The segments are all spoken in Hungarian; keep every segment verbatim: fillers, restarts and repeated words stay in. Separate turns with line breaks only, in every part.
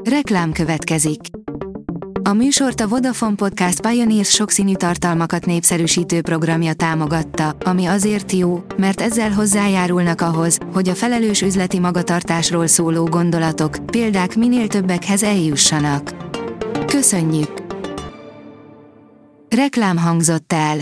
Reklám következik. A műsort a Vodafone Podcast Pioneers sokszínű tartalmakat népszerűsítő programja támogatta, ami azért jó, mert ezzel hozzájárulnak ahhoz, hogy a felelős üzleti magatartásról szóló gondolatok, példák minél többekhez eljussanak. Köszönjük! Reklám hangzott el.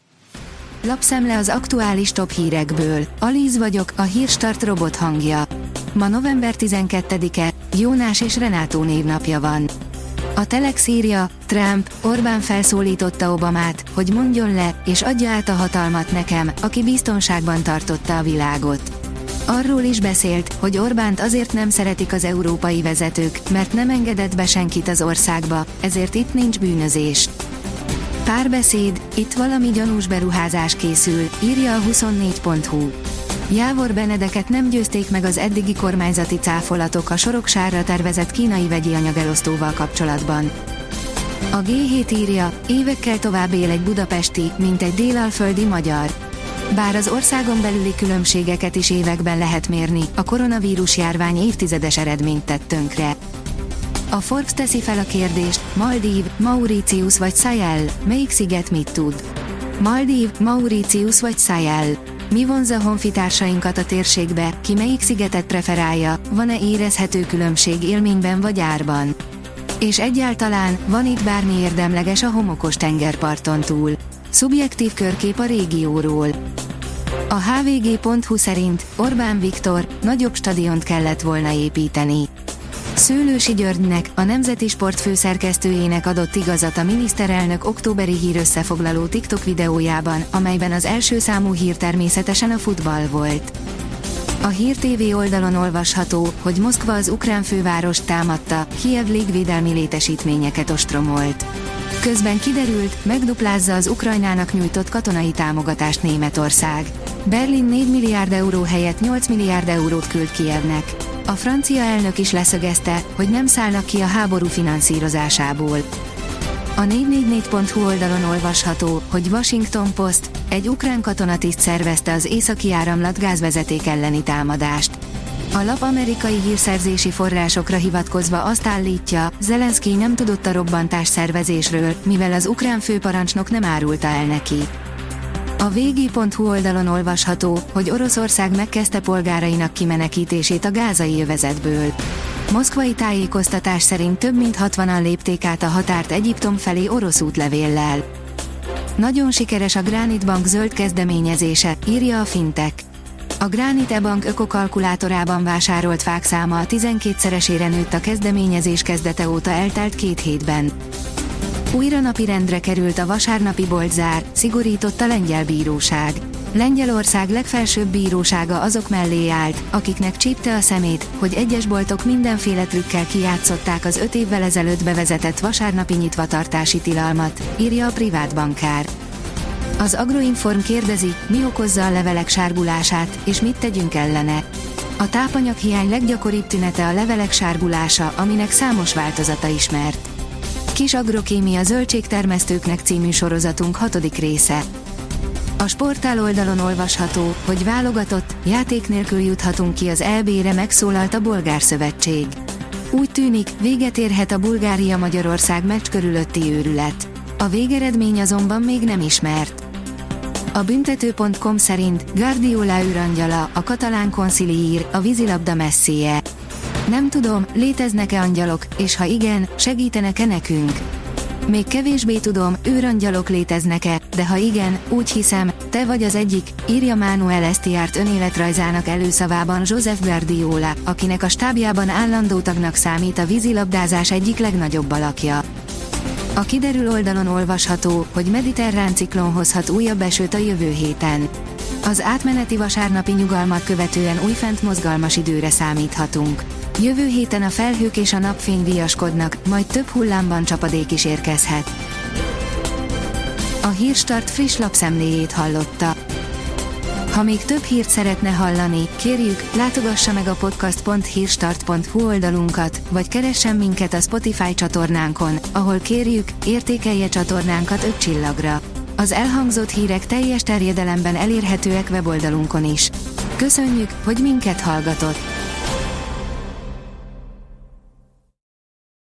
Lapszemle az aktuális top hírekből. Alíz vagyok, a Hírstart robot hangja. Ma november tizenkettedike, Jónás és Renátó névnapja van. A Telex írja, Trump, Orbán felszólította Obamát, hogy mondjon le, és adja át a hatalmat nekem, aki biztonságban tartotta a világot. Arról is beszélt, hogy Orbánt azért nem szeretik az európai vezetők, mert nem engedett be senkit az országba, ezért itt nincs bűnözés. Párbeszéd, itt valami gyanús beruházás készül, írja a huszonnégy pont hu. Jávor Benedeket nem győzték meg az eddigi kormányzati cáfolatok a Soroksárra tervezett kínai vegyi anyagelosztóval kapcsolatban. A gé hét írja, évekkel tovább él egy budapesti, mint egy délalföldi magyar. Bár az országon belüli különbségeket is években lehet mérni, a koronavírus járvány évtizedes eredményt tett tönkre. A Forbes teszi fel a kérdést, Maldív, Mauritius vagy Seychelles, melyik sziget mit tud? Maldív, Mauritius vagy Seychelles. Mi vonzza honfitársainkat a térségbe, ki melyik szigetet preferálja, van-e érezhető különbség élményben vagy árban? És egyáltalán, van itt bármi érdemleges a homokos tengerparton túl? Szubjektív körkép a régióról. A há vé gé pont hu szerint Orbán Viktor, nagyobb stadiont kellett volna építeni. Szőlősi Györgynek, a Nemzeti Sport főszerkesztőjének adott igazat a miniszterelnök októberi hírösszefoglaló TikTok videójában, amelyben az első számú hír természetesen a futball volt. A Hír té vé oldalon olvasható, hogy Moszkva az ukrán fővárost támadta, Kijev légvédelmi létesítményeket ostromolt. Közben kiderült, megduplázza az Ukrajnának nyújtott katonai támogatást Németország. Berlin négy milliárd euró helyett nyolc milliárd eurót küld Kijevnek. A francia elnök is leszögezte, hogy nem szállnak ki a háború finanszírozásából. A négy négy négy pont hu oldalon olvasható, hogy Washington Post, egy ukrán katonatiszt szervezte az északi áramlat gázvezeték elleni támadást. A lap amerikai hírszerzési forrásokra hivatkozva azt állítja, Zelenszkij nem tudott a robbantás szervezésről, mivel az ukrán főparancsnok nem árulta el neki. A vé gé pont hu oldalon olvasható, hogy Oroszország megkezdte polgárainak kimenekítését a gázai övezetből. Moszkvai tájékoztatás szerint több mint hatvanan lépték át a határt Egyiptom felé orosz útlevéllel. Nagyon sikeres a Granite Bank zöld kezdeményezése, írja a Fintech. A Granite Bank ökokalkulátorában vásárolt fák száma a tizenkétszeresére nőtt a kezdeményezés kezdete óta eltelt két hétben. Újra napirendre került a vasárnapi boltzár, szigorított a lengyel bíróság. Lengyelország legfelsőbb bírósága azok mellé állt, akiknek csípte a szemét, hogy egyes boltok mindenféle trükkel kijátszották az öt évvel ezelőtt bevezetett vasárnapi nyitvatartási tilalmat, írja a privát bankár. Az Agroinform kérdezi, mi okozza a levelek sárgulását, és mit tegyünk ellene. A tápanyaghiány leggyakoribb tünete a levelek sárgulása, aminek számos változata ismert. Kis agrokémia zöldségtermesztőknek című sorozatunk hatodik része. A sportál oldalon olvasható, hogy válogatott, játék nélkül juthatunk ki az é bé-re, megszólalt a bolgár szövetség. Úgy tűnik, véget érhet a Bulgária-Magyarország meccs körülötti őrület. A végeredmény azonban még nem ismert. A büntető pont com szerint Guardiola űrangyala, a katalán koncili ír, a vízilabda messzije. Nem tudom, léteznek-e angyalok, és ha igen, segítenek-e nekünk? Még kevésbé tudom, űrangyalok léteznek-e, de ha igen, úgy hiszem, te vagy az egyik, írja Manuel Estiárt önéletrajzának előszavában Josep Guardiola, akinek a stábjában állandó tagnak számít a vízilabdázás egyik legnagyobb alakja. A kiderül oldalon olvasható, hogy mediterrán ciklon hozhat újabb esőt a jövő héten. Az átmeneti vasárnapi nyugalmat követően újfent mozgalmas időre számíthatunk. Jövő héten a felhők és a napfény viaskodnak, majd több hullámban csapadék is érkezhet. A Hírstart friss lapszemléjét hallotta. Ha még több hírt szeretne hallani, kérjük, látogassa meg a podcast pont hírstart pont hu oldalunkat, vagy keressen minket a Spotify csatornánkon, ahol kérjük, értékelje csatornánkat öt csillagra. Az elhangzott hírek teljes terjedelemben elérhetőek weboldalunkon is. Köszönjük, hogy minket hallgatott!